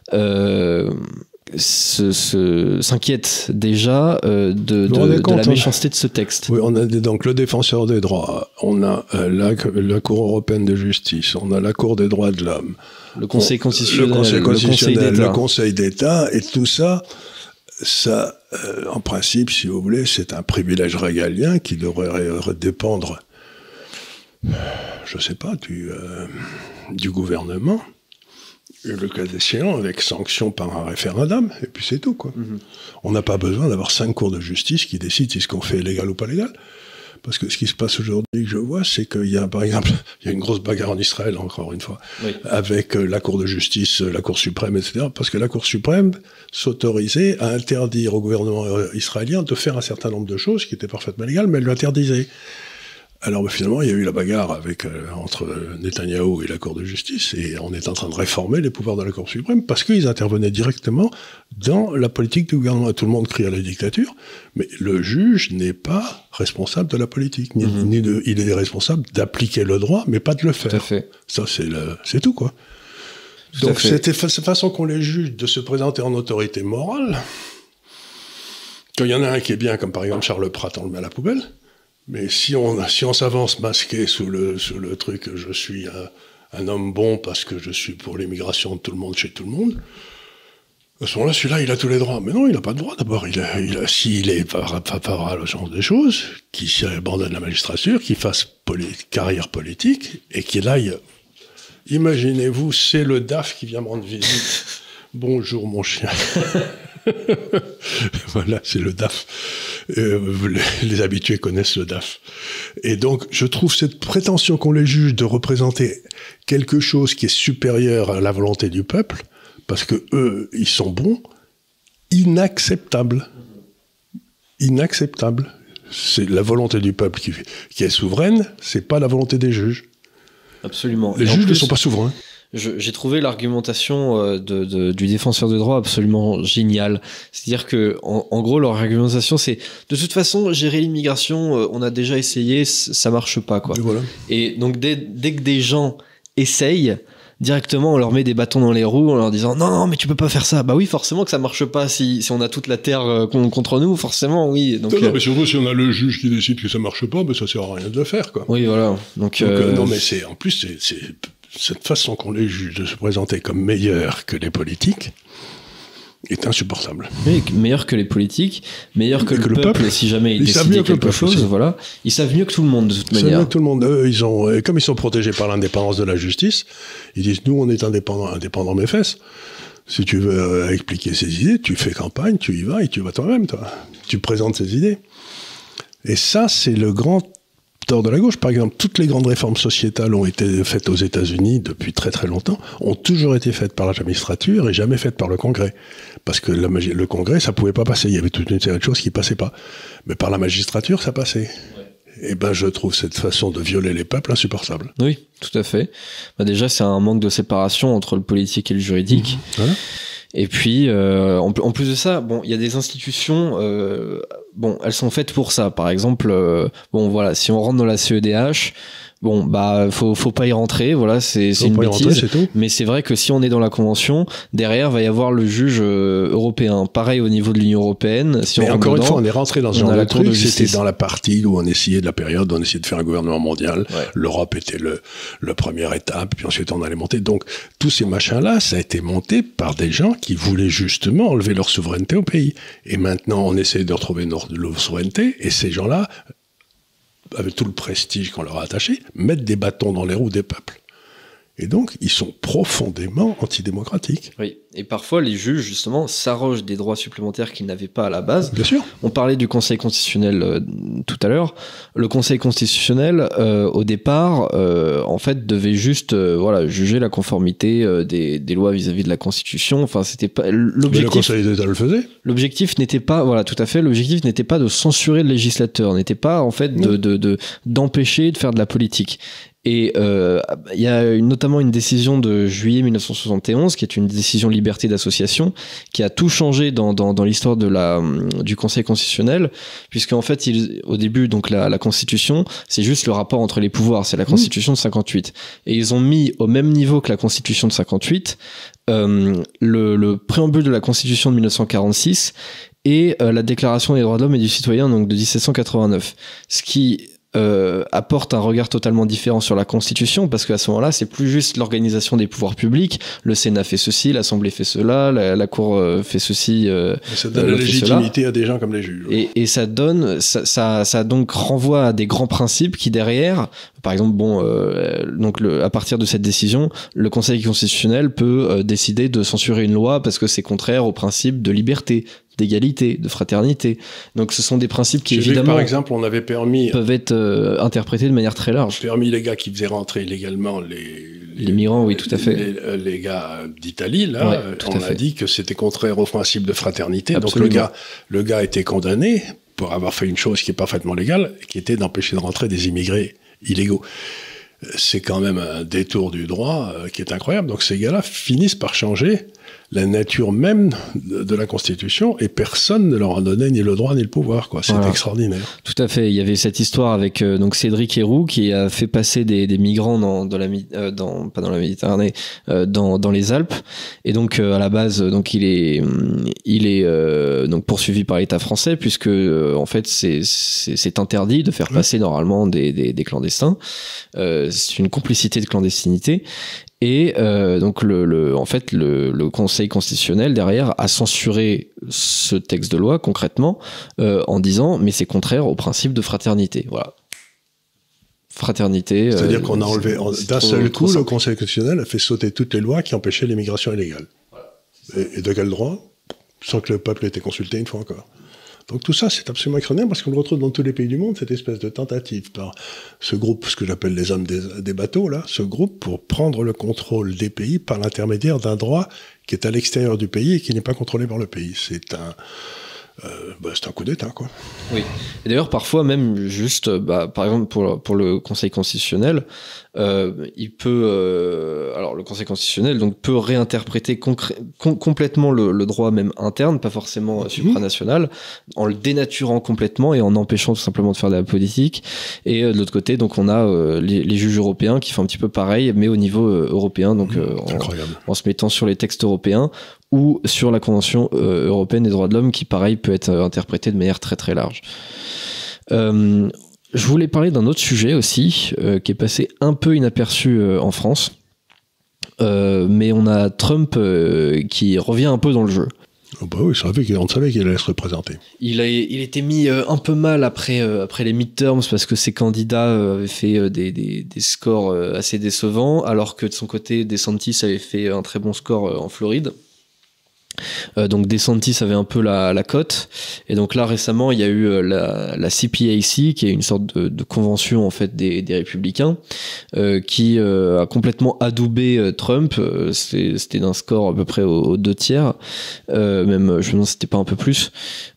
s'inquiète déjà de la méchanceté de ce texte. Oui, on a donc le défenseur des droits, on a la Cour européenne de justice, on a la Cour des droits de l'homme, le Conseil constitutionnel, le Conseil d'État, et tout ça, en principe, si vous voulez, c'est un privilège régalien qui devrait dépendre, je sais pas, du gouvernement. Le cas échéant, avec sanction par un référendum, et puis c'est tout, quoi. Mm-hmm. On n'a pas besoin d'avoir 5 cours de justice qui décident si ce qu'on fait est légal ou pas légal. Parce que ce qui se passe aujourd'hui, que je vois, c'est qu'il y a, par exemple, il y a une grosse bagarre en Israël, encore une fois, oui, avec la Cour de justice, la Cour suprême, etc. Parce que la Cour suprême s'autorisait à interdire au gouvernement israélien de faire un certain nombre de choses qui étaient parfaitement légales, mais elle l'interdisait. Alors finalement, il y a eu la bagarre entre Netanyahou et la Cour de justice, et on est en train de réformer les pouvoirs de la Cour suprême parce qu'ils intervenaient directement dans la politique du gouvernement. Tout le monde crie à la dictature, mais le juge n'est pas responsable de la politique, il est responsable d'appliquer le droit, mais pas de le faire. Tout à fait. Ça, c'est tout, quoi. Donc cette façon qu'ont les juges de se présenter en autorité morale, quand il y en a un qui est bien, comme par exemple Charles Pratt, on le met à la poubelle. Mais si on s'avance masqué sous le truc, je suis un homme bon parce que je suis pour l'immigration de tout le monde chez tout le monde, à ce moment-là, celui-là, il a tous les droits. Mais non, il n'a pas de droits. D'abord, s'il est favorable au genre des choses, qu'il abandonne la magistrature, qu'il fasse carrière politique et qu'il aille. Imaginez-vous, c'est le DAF qui vient me rendre visite. Bonjour, mon chien. Voilà, c'est le DAF. Les habitués connaissent le DAF. Et donc, je trouve cette prétention qu'ont les juges de représenter quelque chose qui est supérieur à la volonté du peuple, parce que eux, ils sont bons, inacceptable. inacceptable. C'est la volonté du peuple qui est souveraine, c'est pas la volonté des juges. Absolument. Les juges ne sont pas souverains. J'ai trouvé l'argumentation du défenseur des droits absolument géniale. C'est-à-dire que, en gros, leur argumentation, c'est de toute façon, gérer l'immigration, on a déjà essayé, ça marche pas, quoi. Et voilà. Et donc, dès que des gens essayent, directement, on leur met des bâtons dans les roues en leur disant non, mais tu peux pas faire ça. Bah oui, forcément que ça marche pas si on a toute la terre contre nous, forcément, oui. Donc, non, mais surtout si on a le juge qui décide que ça marche pas, ben ça sert à rien de le faire, quoi. Oui, voilà. Donc non, mais en plus, c'est cette façon qu'ont les juges de se présenter comme meilleurs que les politiques est insupportable. Oui, meilleur que les politiques, meilleur que le peuple, si jamais ils décident quelque chose, voilà. Ils savent mieux que tout le monde, de toute manière. Ils savent mieux que tout le monde. Eux, comme ils sont protégés par l'indépendance de la justice, ils disent, nous, on est indépendants mes fesses. Si tu veux expliquer ses idées, tu fais campagne, tu y vas et tu vas toi-même, toi. Tu présentes ses idées. Et ça, c'est le grand tort de la gauche. Par exemple, toutes les grandes réformes sociétales ont été faites aux États-Unis depuis très très longtemps, ont toujours été faites par la magistrature et jamais faites par le Congrès. Parce que le Congrès, ça pouvait pas passer. Il y avait toute une série de choses qui passaient pas. Mais par la magistrature, ça passait. Ouais. Et ben, je trouve cette façon de violer les peuples insupportable. Oui, tout à fait. Bah déjà, c'est un manque de séparation entre le politique et le juridique. Voilà. Et puis, en plus de ça, bon, il y a des institutions, bon, elles sont faites pour ça. Par exemple, bon, voilà, si on rentre dans la CEDH, bon, bah, faut pas y rentrer, voilà, c'est une bêtise. Mais c'est vrai que si on est dans la convention, derrière, va y avoir le juge européen. Pareil au niveau de l'Union européenne. Si mais on encore dedans, une fois, on est rentré dans ce genre de truc. C'était dans la partie où on essayait de la période, on essayait de faire un gouvernement mondial. Ouais. L'Europe était le première étape, puis ensuite on allait monter. Donc, tous ces machins-là, ça a été monté par des gens qui voulaient justement enlever leur souveraineté au pays. Et maintenant, on essaie de retrouver notre souveraineté, et ces gens-là, avec tout le prestige qu'on leur a attaché, mettent des bâtons dans les roues des peuples. Et donc, ils sont profondément antidémocratiques. Oui, et parfois, les juges, justement, s'arrogent des droits supplémentaires qu'ils n'avaient pas à la base. Bien sûr. On parlait du Conseil constitutionnel tout à l'heure. Le Conseil constitutionnel, au départ, en fait, devait juste voilà, juger la conformité des lois vis-à-vis de la Constitution. Enfin, c'était pas l'objectif. Mais le Conseil d'État le faisait. L'objectif n'était pas, voilà, tout à fait. L'objectif n'était pas de censurer le législateur, n'était pas, en fait, d'empêcher de faire de la politique. Et il y a notamment une décision de juillet 1971, qui est une décision liberté d'association, qui a tout changé dans l'histoire du Conseil constitutionnel, puisque en fait, au début, donc la Constitution, c'est juste le rapport entre les pouvoirs, c'est la Constitution de 58. Et ils ont mis au même niveau que la Constitution de 58 le préambule de la Constitution de 1946 et la Déclaration des droits de l'homme et du citoyen, donc de 1789, ce qui apporte un regard totalement différent sur la Constitution, parce qu'à ce moment-là, c'est plus juste l'organisation des pouvoirs publics. Le Sénat fait ceci, l'Assemblée fait cela, la Cour fait ceci. Ça donne la légitimité à des gens comme les juges. Et ça donne, ça donc renvoie à des grands principes qui derrière, par exemple, bon, donc à partir de cette décision, le Conseil constitutionnel peut décider de censurer une loi parce que c'est contraire au principe de liberté, d'égalité, de fraternité. Donc ce sont des principes qui évidemment, par exemple, on avait peuvent être interprétés de manière très large. Permis les gars qui faisaient rentrer illégalement les migrants, oui, tout à fait. Les gars d'Italie, là, ouais, on a dit que c'était contraire au principe de fraternité. Absolument. Donc le gars était condamné pour avoir fait une chose qui est parfaitement légale, qui était d'empêcher de rentrer des immigrés illégaux. C'est quand même un détour du droit qui est incroyable. Donc ces gars-là finissent par changer la nature même de la Constitution, et personne ne leur a donné ni le droit ni le pouvoir, quoi. C'est voilà. Extraordinaire. Tout à fait. Il y avait cette histoire avec donc Cédric Héroux qui a fait passer des migrants pas dans la Méditerranée, dans les Alpes, et donc à la base donc il est donc poursuivi par l'État français, puisque en fait c'est interdit de faire passer normalement des clandestins. C'est une complicité de clandestinité. Et donc en fait le Conseil constitutionnel derrière a censuré ce texte de loi concrètement en disant mais c'est contraire au principe de fraternité. Voilà. Fraternité. C'est-à-dire qu'on a enlevé d'un seul coup, le Conseil constitutionnel a fait sauter toutes les lois qui empêchaient l'immigration illégale. Voilà. Et de quel droit? Sans que le peuple ait été consulté une fois encore. Donc tout ça, c'est absolument extraordinaire, parce qu'on le retrouve dans tous les pays du monde, cette espèce de tentative par ce groupe, ce que j'appelle les hommes des bateaux, là, ce groupe pour prendre le contrôle des pays par l'intermédiaire d'un droit qui est à l'extérieur du pays et qui n'est pas contrôlé par le pays. C'est c'est un coup d'État, quoi. Oui. Et d'ailleurs, parfois même juste, par exemple pour le Conseil constitutionnel, il peut, alors le Conseil constitutionnel donc peut réinterpréter complètement le droit même interne, pas forcément supranational, en le dénaturant complètement et en empêchant tout simplement de faire de la politique. Et de l'autre côté, donc on a les juges européens qui font un petit peu pareil, mais au niveau européen, donc en se mettant sur les textes européens ou sur la Convention européenne des droits de l'homme, qui pareil peut être interprétée de manière très très large. Je voulais parler d'un autre sujet aussi, qui est passé un peu inaperçu en France, mais on a Trump qui revient un peu dans le jeu. Oh bah oui, on savait qu'il allait se représenter. Il était mis un peu mal après les midterms parce que ses candidats avaient fait des scores assez décevants, alors que de son côté, DeSantis avait fait un très bon score en Floride. Donc DeSantis avait un peu la cote, et donc là récemment il y a eu la CPAC, qui est une sorte de convention en fait des républicains, qui a complètement adoubé Trump. C'était d'un score à peu près aux 2/3, même je me demande si c'était pas un peu plus.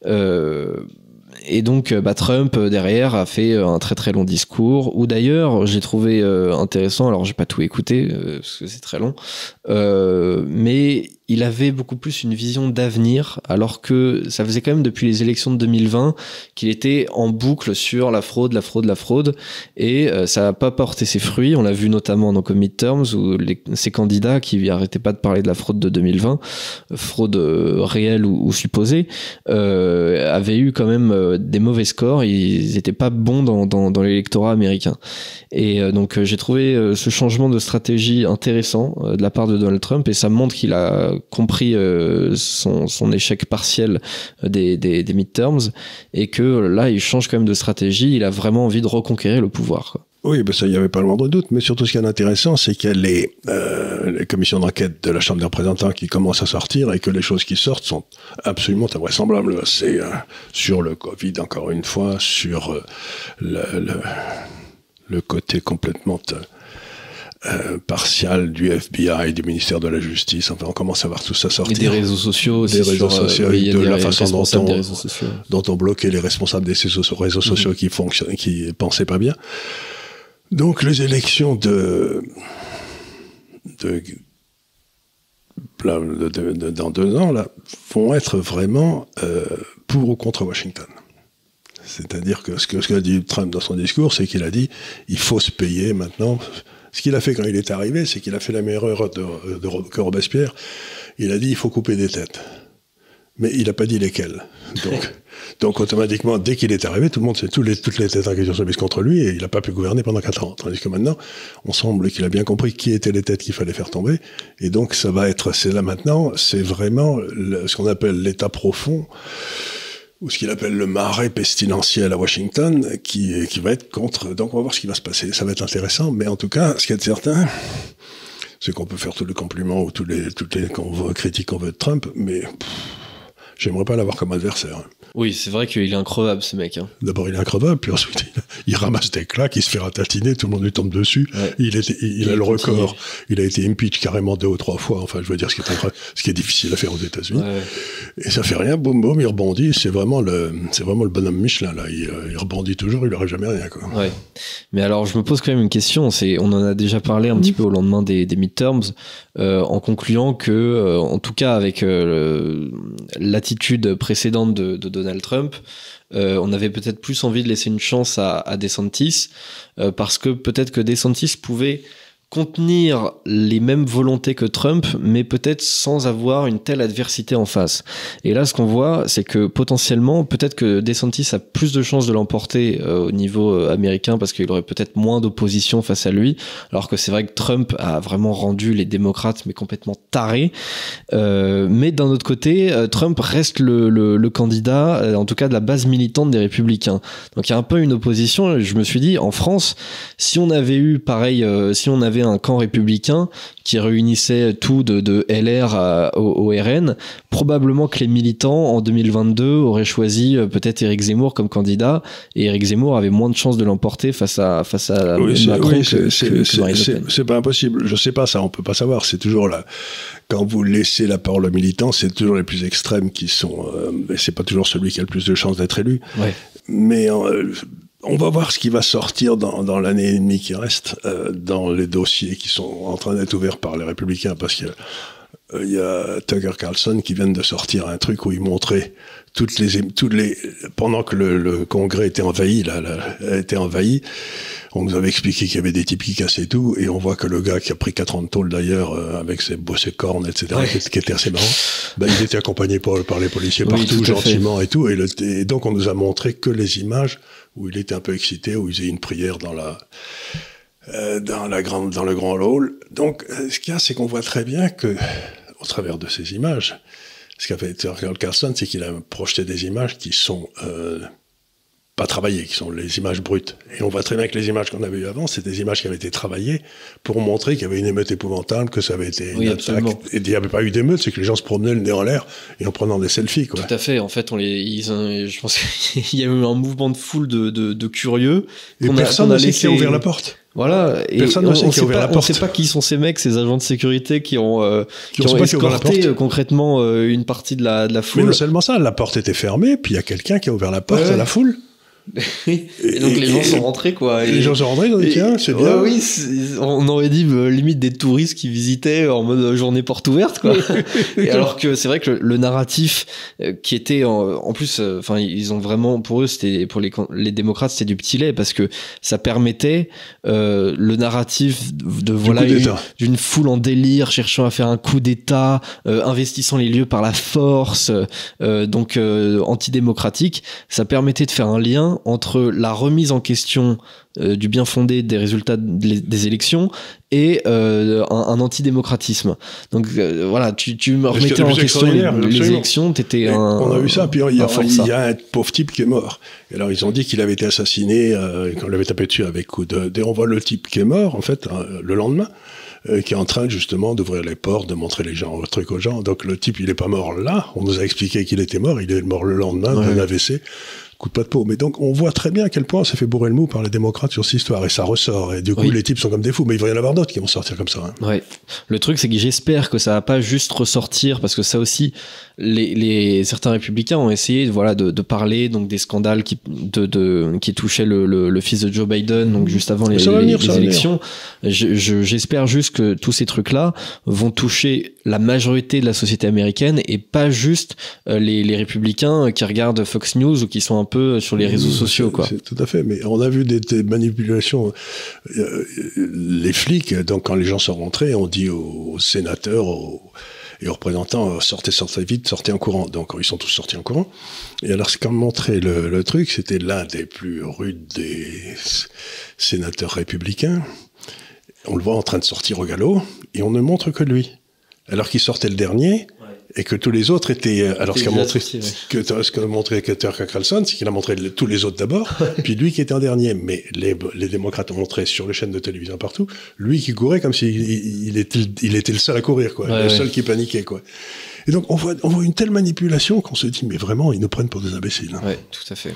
Et donc Trump derrière a fait un très très long discours, où d'ailleurs j'ai trouvé intéressant, alors j'ai pas tout écouté parce que c'est très long, mais il avait beaucoup plus une vision d'avenir, alors que ça faisait quand même depuis les élections de 2020 qu'il était en boucle sur la fraude, et ça n'a pas porté ses fruits. On l'a vu notamment donc aux midterms, où ces candidats qui arrêtaient pas de parler de la fraude de 2020, fraude réelle ou supposée, avaient eu quand même des mauvais scores. Ils n'étaient pas bons dans l'électorat américain. Et donc j'ai trouvé ce changement de stratégie intéressant de la part de Donald Trump, et ça montre qu'il a compris son échec partiel des midterms, et que là il change quand même de stratégie. Il a vraiment envie de reconquérir le pouvoir, quoi. Oui, ça, il n'y avait pas le moindre doute. Mais surtout, ce qui est intéressant, c'est qu'il y a les commissions d'enquête de la Chambre des représentants qui commencent à sortir, et que les choses qui sortent sont absolument invraisemblables. C'est sur le Covid, encore une fois, sur le côté complètement partial du FBI, du ministère de la Justice. Enfin, on commence à voir tout ça sortir. Et des réseaux sociaux aussi. Des réseaux sociaux, oui, de la façon dont on bloquait les responsables des réseaux sociaux qui pensaient pas bien. Donc, les élections dans 2 ans, là, vont être vraiment pour ou contre Washington. C'est-à-dire que ce qu'a dit Trump dans son discours, c'est qu'il a dit il faut se payer maintenant. Ce qu'il a fait quand il est arrivé, c'est qu'il a fait la meilleure erreur que Robespierre. Il a dit il faut couper des têtes. Mais il n'a pas dit lesquelles. Donc automatiquement, dès qu'il est arrivé, tout le monde sait toutes les têtes en question sont mises contre lui, et il n'a pas pu gouverner pendant 4 ans. Tandis que maintenant, on semble qu'il a bien compris qui étaient les têtes qu'il fallait faire tomber. Et donc c'est là maintenant, c'est vraiment ce qu'on appelle l'état profond, ou ce qu'il appelle le marais pestilentiel à Washington, qui va être contre. Donc on va voir ce qui va se passer. Ça va être intéressant, mais en tout cas, ce qui est certain, c'est qu'on peut faire tous les compliments ou toutes les critiques qu'on veut de Trump, mais j'aimerais pas l'avoir comme adversaire. Oui, c'est vrai qu'il est increvable, ce mec. D'abord, il est increvable, puis ensuite, il ramasse des claques, il se fait ratatiner, tout le monde lui tombe dessus. Ouais. Il a le record. Il a été impeach carrément 2 ou 3 fois. Enfin, je veux dire, ce qui est difficile à faire aux États-Unis. Ouais. Et ça fait rien, boum, boum, il rebondit. C'est vraiment le bonhomme Michelin, là. Il rebondit toujours, il n'aurait jamais rien, quoi. Ouais. Mais alors, je me pose quand même une question. On en a déjà parlé un petit peu au lendemain des midterms, en concluant que, en tout cas, avec l'attitude précédente de Donald Trump, on avait peut-être plus envie de laisser une chance à DeSantis, parce que peut-être que DeSantis pouvait contenir les mêmes volontés que Trump, mais peut-être sans avoir une telle adversité en face. Et là, ce qu'on voit, c'est que potentiellement, peut-être que DeSantis a plus de chances de l'emporter au niveau américain, parce qu'il aurait peut-être moins d'opposition face à lui, alors que c'est vrai que Trump a vraiment rendu les démocrates mais complètement tarés. Mais d'un autre côté, Trump reste le candidat, en tout cas de la base militante des républicains. Donc il y a un peu une opposition. Je me suis dit, en France, si on avait eu pareil, si on avait avait un camp républicain qui réunissait tout de LR au RN. Probablement que les militants, en 2022, auraient choisi peut-être Éric Zemmour comme candidat, et Éric Zemmour avait moins de chances de l'emporter face à Macron que Marine Le Pen. C'est pas impossible. Je sais pas, ça, on peut pas savoir. C'est toujours là. Quand vous laissez la parole aux militants, c'est toujours les plus extrêmes qui sont... c'est pas toujours celui qui a le plus de chances d'être élu. Ouais. Mais on va voir ce qui va sortir dans l'année et demie qui reste, dans les dossiers qui sont en train d'être ouverts par les Républicains, parce que il y a Tucker Carlson qui vient de sortir un truc où il montrait toutes les pendant que le Congrès était envahi, on nous avait expliqué qu'il y avait des types qui cassaient tout, et on voit que le gars qui a pris 4 ans de tôle d'ailleurs, avec ses cornes, etc., qui était assez marrant, il était accompagné par les policiers partout, gentiment et tout, et donc on nous a montré que les images où il était un peu excité, où il faisait une prière dans le grand hall. Donc, ce qu'il y a, c'est qu'on voit très bien que, au travers de ces images, ce qu'a fait Tucker Carlson, c'est qu'il a projeté des images qui sont pas travaillées, qui sont les images brutes. Et on voit très bien que les images qu'on avait eues avant, c'est des images qui avaient été travaillées pour montrer qu'il y avait une émeute épouvantable, que ça avait été une attaque. Et il n'y avait pas eu d'émeute, c'est que les gens se promenaient le nez en l'air et en prenant des selfies, quoi. Tout à fait. En fait, je pense qu'il y a eu un mouvement de foule de curieux. Et personne ne sait qui a ouvert la porte. Voilà, et personne ne sait qui a ouvert la porte. On ne sait pas qui sont ces mecs, ces agents de sécurité qui ont escorté concrètement une partie de la foule. Mais non seulement ça, la porte était fermée, puis il y a quelqu'un qui a ouvert la porte à la foule. Et donc les gens sont rentrés, quoi. Les gens sont rentrés, ils ont dit tiens, c'est bien. Oui, on aurait dit limite des touristes qui visitaient en mode journée porte ouverte, quoi. Et alors que c'est vrai que le narratif qui était en plus, enfin ils ont vraiment, pour eux, c'était, pour les démocrates, c'était du petit lait, parce que ça permettait le narratif de voilà d'une foule en délire cherchant à faire un coup d'État, investissant les lieux par la force, donc antidémocratique. Ça permettait de faire un lien entre la remise en question du bien fondé des résultats des élections et un antidémocratisme. Donc voilà, tu me remettais en question les élections, t'étais on a vu ça, puis il y a un pauvre type qui est mort. Et alors ils ont dit qu'il avait été assassiné, qu'on l'avait tapé dessus avec coup de... Et on voit le type qui est mort, en fait, le lendemain, qui est en train justement d'ouvrir les portes, de montrer les trucs aux gens. Donc le type, il est pas mort là, on nous a expliqué qu'il était mort, il est mort le lendemain d'un AVC. Coup de pas de peau. Mais donc, on voit très bien à quel point on s'est fait bourrer le mou par les démocrates sur cette histoire. Et ça ressort. Et du coup, les types sont comme des fous. Mais il va y en avoir d'autres qui vont sortir comme ça. Hein. Ouais. Le truc, c'est que j'espère que ça va pas juste ressortir, parce que ça aussi, certains républicains ont essayé, de parler, donc, des scandales qui touchaient le fils de Joe Biden, donc, juste avant les élections. J'espère juste que tous ces trucs-là vont toucher la majorité de la société américaine et pas juste les républicains qui regardent Fox News ou qui sont un peu sur les réseaux sociaux, quoi. C'est tout à fait, mais on a vu des manipulations. Les flics, donc quand les gens sont rentrés, on dit aux sénateurs et aux représentants, sortez vite, sortez en courant. Donc ils sont tous sortis en courant. Et alors ce qu'a montré le truc, c'était l'un des plus rudes des sénateurs républicains. On le voit en train de sortir au galop, et on ne montre que lui. Alors qu'il sortait le dernier, et que tous les autres étaient... Alors ce qu'a montré Tucker Carlson, c'est qu'il a montré tous les autres d'abord, puis lui qui était en dernier. Mais les démocrates ont montré sur les chaînes de télévision partout, lui qui courait comme s'il était le seul à courir, quoi, le seul qui paniquait, quoi. Et donc on voit une telle manipulation qu'on se dit, mais vraiment, ils nous prennent pour des imbéciles. Hein. Oui, tout à fait.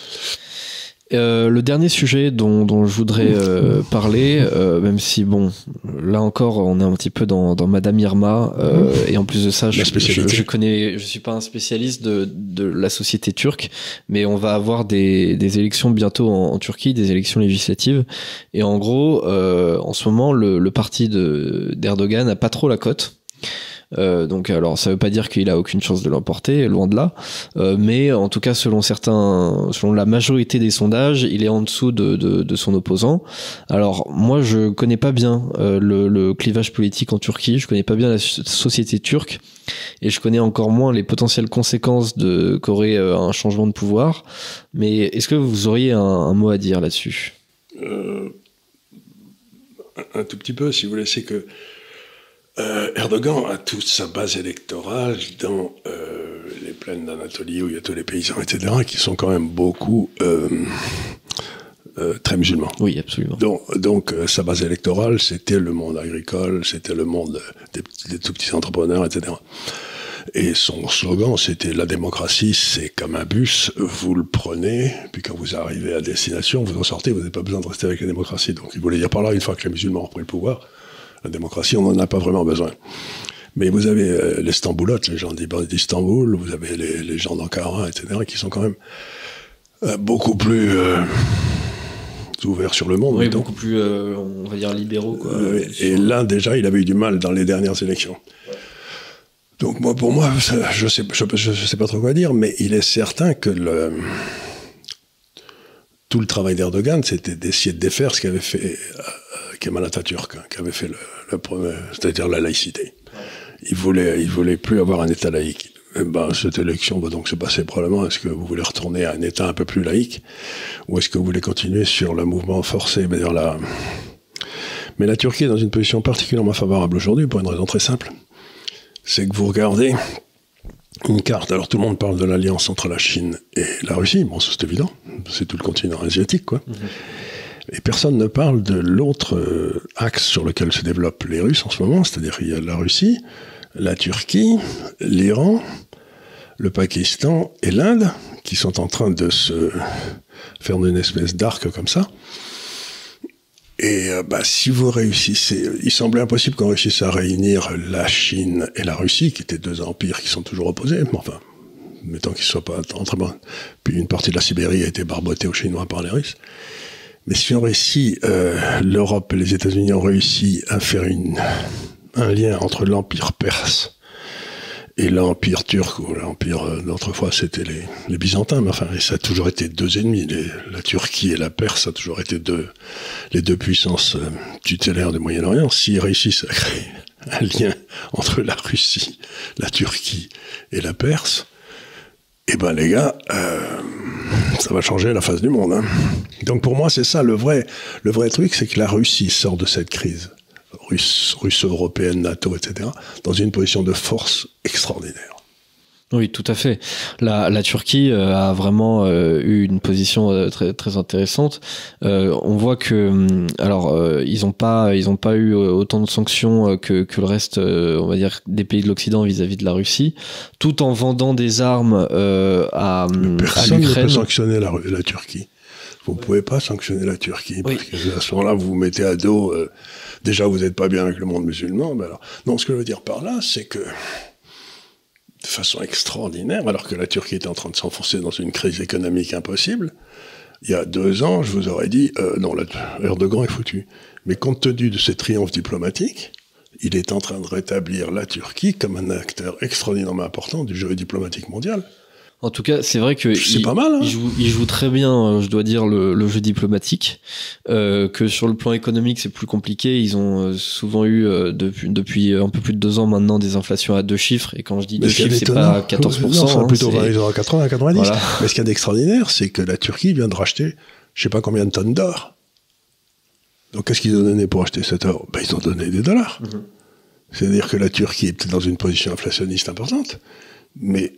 Le dernier sujet dont je voudrais parler, même si bon, là encore on est un petit peu dans Madame Irma, et en plus de ça, je suis pas un spécialiste de la société turque, mais on va avoir des élections bientôt en Turquie, des élections législatives, et en gros, en ce moment, le parti d'Erdogan n'a pas trop la cote. Donc alors ça veut pas dire qu'il a aucune chance de l'emporter, loin de là, mais en tout cas selon la majorité des sondages, il est en dessous de son opposant. Alors moi je connais pas bien le clivage politique en Turquie, je connais pas bien la société turque, et je connais encore moins les potentielles conséquences qu'aurait un changement de pouvoir, mais est-ce que vous auriez un mot à dire là-dessus? Un tout petit peu, si vous voulez. C'est que Erdogan a toute sa base électorale dans les plaines d'Anatolie, où il y a tous les paysans, etc., qui sont quand même beaucoup très musulman. Oui, absolument. Donc sa base électorale, c'était le monde agricole, c'était le monde des tout petits entrepreneurs, etc. Et son slogan, c'était « La démocratie, c'est comme un bus, vous le prenez, puis quand vous arrivez à destination, vous en sortez, vous n'avez pas besoin de rester avec la démocratie. » Donc il voulait dire par là, une fois que les musulmans ont repris le pouvoir, la démocratie, on n'en a pas vraiment besoin. Mais vous avez les Stamboulotes, les gens d'Istanbul, vous avez les gens d'Ankara, etc., qui sont quand même beaucoup plus ouverts sur le monde. Oui, beaucoup plus, on va dire, libéraux, quoi. Et là, déjà, il avait eu du mal dans les dernières élections. Ouais. Donc pour moi, je sais pas trop quoi dire, mais il est certain que tout le travail d'Erdogan, c'était d'essayer de défaire ce qu'avait fait Kemal Atatürk, qui avait fait le premier, c'est-à-dire la laïcité. Il voulait plus avoir un État laïque. Et cette élection va donc se passer probablement. Est-ce que vous voulez retourner à un État un peu plus laïque, ou est-ce que vous voulez continuer sur le mouvement forcé, Mais la Turquie est dans une position particulièrement favorable aujourd'hui pour une raison très simple. C'est que vous regardez une carte, alors tout le monde parle de l'alliance entre la Chine et la Russie, bon ça c'est évident, c'est tout le continent asiatique quoi, et personne ne parle de l'autre axe sur lequel se développent les Russes en ce moment, c'est-à-dire il y a la Russie, la Turquie, l'Iran, le Pakistan et l'Inde, qui sont en train de se faire une espèce d'arc comme ça. Et si vous réussissez, il semblait impossible qu'on réussisse à réunir la Chine et la Russie, qui étaient deux empires qui sont toujours opposés, mais enfin, mettons qu'ils ne soient pas très bons. Puis une partie de la Sibérie a été barbotée aux Chinois par les Russes. Mais si on réussit, l'Europe et les États-Unis ont réussi à faire un lien entre l'empire perse et l'empire turc, ou l'empire d'autrefois c'était les Byzantins, mais enfin ça a toujours été deux ennemis, la Turquie et la Perse, ça a toujours été les deux puissances tutélaires du Moyen-Orient. S'ils réussissent à créer un lien entre la Russie, la Turquie et la Perse, les gars, ça va changer la face du monde. Hein. Donc pour moi c'est ça le vrai truc, c'est que la Russie sort de cette crise. Russo-européenne, NATO, etc., dans une position de force extraordinaire. Oui, tout à fait. La Turquie a vraiment eu une position très très intéressante. On voit que ils ont pas eu autant de sanctions que le reste, on va dire, des pays de l'Occident vis-à-vis de la Russie, tout en vendant des armes à l'Ukraine. Personne ne peut sanctionner la Turquie. Vous ne pouvez pas sanctionner la Turquie, parce qu'à ce moment-là, vous vous mettez à dos. Déjà, vous n'êtes pas bien avec le monde musulman. Mais alors, non, ce que je veux dire par là, c'est que, de façon extraordinaire, alors que la Turquie était en train de s'enfoncer dans une crise économique impossible, il y a 2 ans, je vous aurais dit, non, Erdogan est foutu. Mais compte tenu de ses triomphes diplomatiques, il est en train de rétablir la Turquie comme un acteur extraordinairement important du jeu diplomatique mondial. En tout cas, c'est vrai que pas mal, hein. il joue très bien, je dois dire, le jeu diplomatique. Que sur le plan économique, c'est plus compliqué. Ils ont souvent eu depuis un peu plus de 2 ans maintenant des inflations à 2 chiffres. Et quand je dis 2 chiffres, c'est pas 14%. Non, plutôt ils auront 80, 90. Voilà. Mais ce qu'il y a d'extraordinaire, c'est que la Turquie vient de racheter, je sais pas combien de tonnes d'or. Donc qu'est-ce qu'ils ont donné pour acheter cet or ? Ils ont donné des dollars. C'est-à-dire que la Turquie est peut-être dans une position inflationniste importante. Mais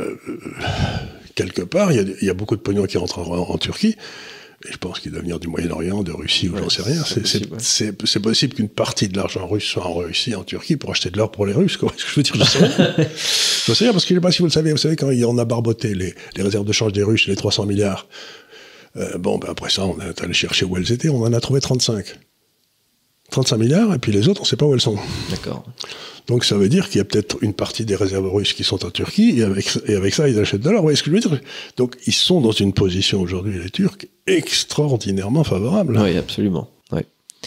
quelque part, il y a beaucoup de pognon qui rentre en Turquie, et je pense qu'il doit venir du Moyen-Orient, de Russie, ou j'en sais rien. C'est possible qu'une partie de l'argent russe soit en Russie, en Turquie, pour acheter de l'or pour les Russes. Qu'est-ce que je veux dire ? Je sais rien. Je sais rien, parce que je ne sais pas si vous le savez, quand on a barboté les réserves de change des Russes, les 300 milliards, après ça, on est allé chercher où elles étaient, on en a trouvé 35. 35 milliards, et puis les autres, on ne sait pas où elles sont. D'accord. Donc ça veut dire qu'il y a peut-être une partie des réserves russes qui sont en Turquie, et avec ça, ils achètent de l'or. Vous voyez ce que je veux dire ? Donc ils sont dans une position aujourd'hui, les Turcs, extraordinairement favorable. Oui, absolument. Ouais.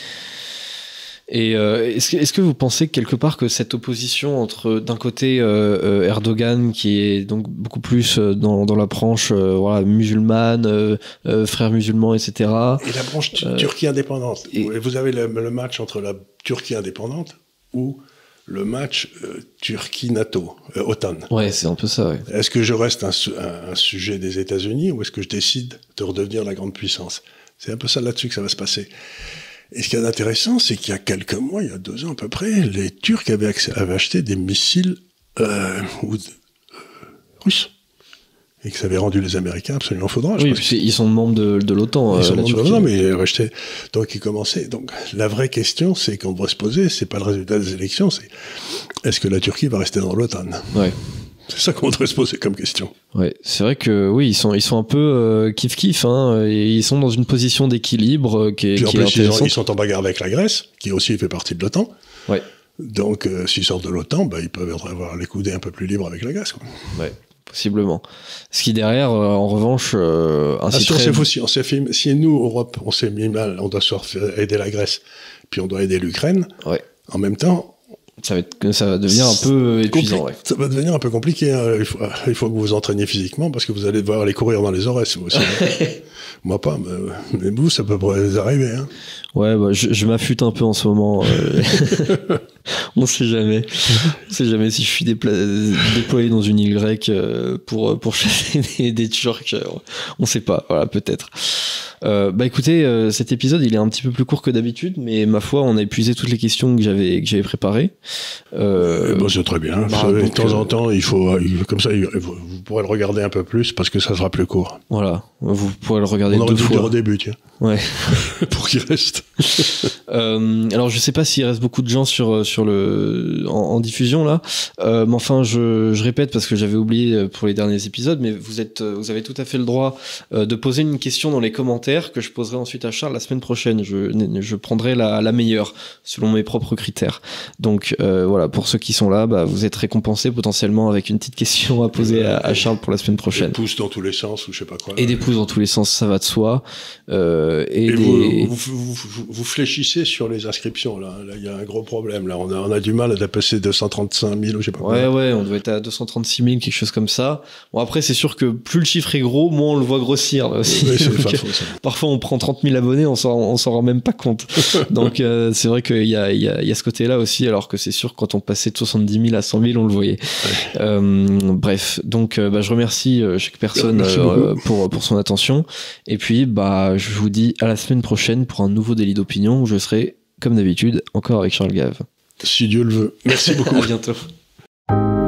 Et est-ce que vous pensez quelque part que cette opposition entre, d'un côté, Erdogan, qui est donc beaucoup plus dans la branche musulmane, frères musulmans, etc. Et la branche Turquie indépendante. Vous avez le match entre la Turquie indépendante ou le match Turquie-NATO, OTAN. Ouais, c'est un peu ça, ouais. Est-ce que je reste un sujet des États-Unis ou est-ce que je décide de redevenir la grande puissance ? C'est un peu ça là-dessus que ça va se passer. Et ce qui est intéressant, c'est qu'il y a quelques mois, il y a 2 ans à peu près, les Turcs avaient acheté des missiles russes. et que ça avait rendu les Américains absolument faudrages. Oui, ils sont membres de l'OTAN. Ils sont membres de l'OTAN, mais donc ils commençaient. Donc la vraie question, c'est qu'on devrait se poser, c'est pas le résultat des élections, c'est est-ce que la Turquie va rester dans l'OTAN? Ouais. C'est ça qu'on devrait se poser comme question. Ouais, c'est vrai que oui, ils sont un peu kiff-kiff, hein, et ils sont dans une position d'équilibre qui est intéressante. Ils sont en bagarre avec la Grèce, qui aussi fait partie de l'OTAN. Ouais. Donc s'ils sortent de l'OTAN, ils peuvent avoir les coudées un peu plus libres avec la Grèce, quoi. Ouais. Possiblement. Ce qui derrière, en revanche, si nous, Europe, on s'est mis mal, on doit aider la Grèce, puis on doit aider l'Ukraine, ouais. En même temps, ça va devenir un peu épuisant. Ouais. Ça va devenir un peu compliqué. Hein. Il faut que vous vous entraîniez physiquement parce que vous allez devoir aller courir dans les Aurès. Vous aussi. Moi pas, mais vous, ça peut vous arriver. Hein. Ouais, je m'affûte un peu en ce moment. On sait jamais. On sait jamais si je suis déployé dans une île grecque pour chasser des Turcs. On sait pas. Voilà, peut-être. Écoutez, cet épisode il est un petit peu plus court que d'habitude, mais ma foi, on a épuisé toutes les questions que j'avais préparées. C'est très bien. De temps en temps, comme ça, vous pourrez le regarder un peu plus parce que ça sera plus court. Voilà, vous pourrez le regarder deux fois. On aurait dû au début, tiens. Ouais. Pour qu'il reste. Alors je sais pas s'il reste beaucoup de gens en diffusion là, mais enfin je répète parce que j'avais oublié pour les derniers épisodes, mais vous avez tout à fait le droit de poser une question dans les commentaires que je poserai ensuite à Charles la semaine prochaine. Je prendrai la meilleure selon mes propres critères. Donc voilà, pour ceux qui sont là, vous êtes récompensés potentiellement avec une petite question à poser à Charles pour la semaine prochaine. Des pouces dans tous les sens ou je sais pas quoi. Et des pouces dans tous les sens, ça va de soi. Vous fléchissez sur les inscriptions là. Il y a un gros problème là. On a du mal à dépasser 235 000 ou je sais pas quoi. Ouais, on doit être à 236 000, quelque chose comme ça. Bon, après, c'est sûr que plus le chiffre est gros, moins on le voit grossir là aussi. Oui, c'est pas faux, ça. Parfois, on prend 30 000 abonnés, on s'en rend même pas compte. Donc, c'est vrai qu'il y a ce côté-là aussi, alors que c'est sûr que quand on passait de 70 000 à 100 000, on le voyait. Ouais. Bref, donc je remercie chaque personne pour son attention. Et puis, je vous dis à la semaine prochaine pour un nouveau délit d'opinion où je serai, comme d'habitude, encore avec Charles Gave. Si Dieu le veut. Merci beaucoup. À bientôt.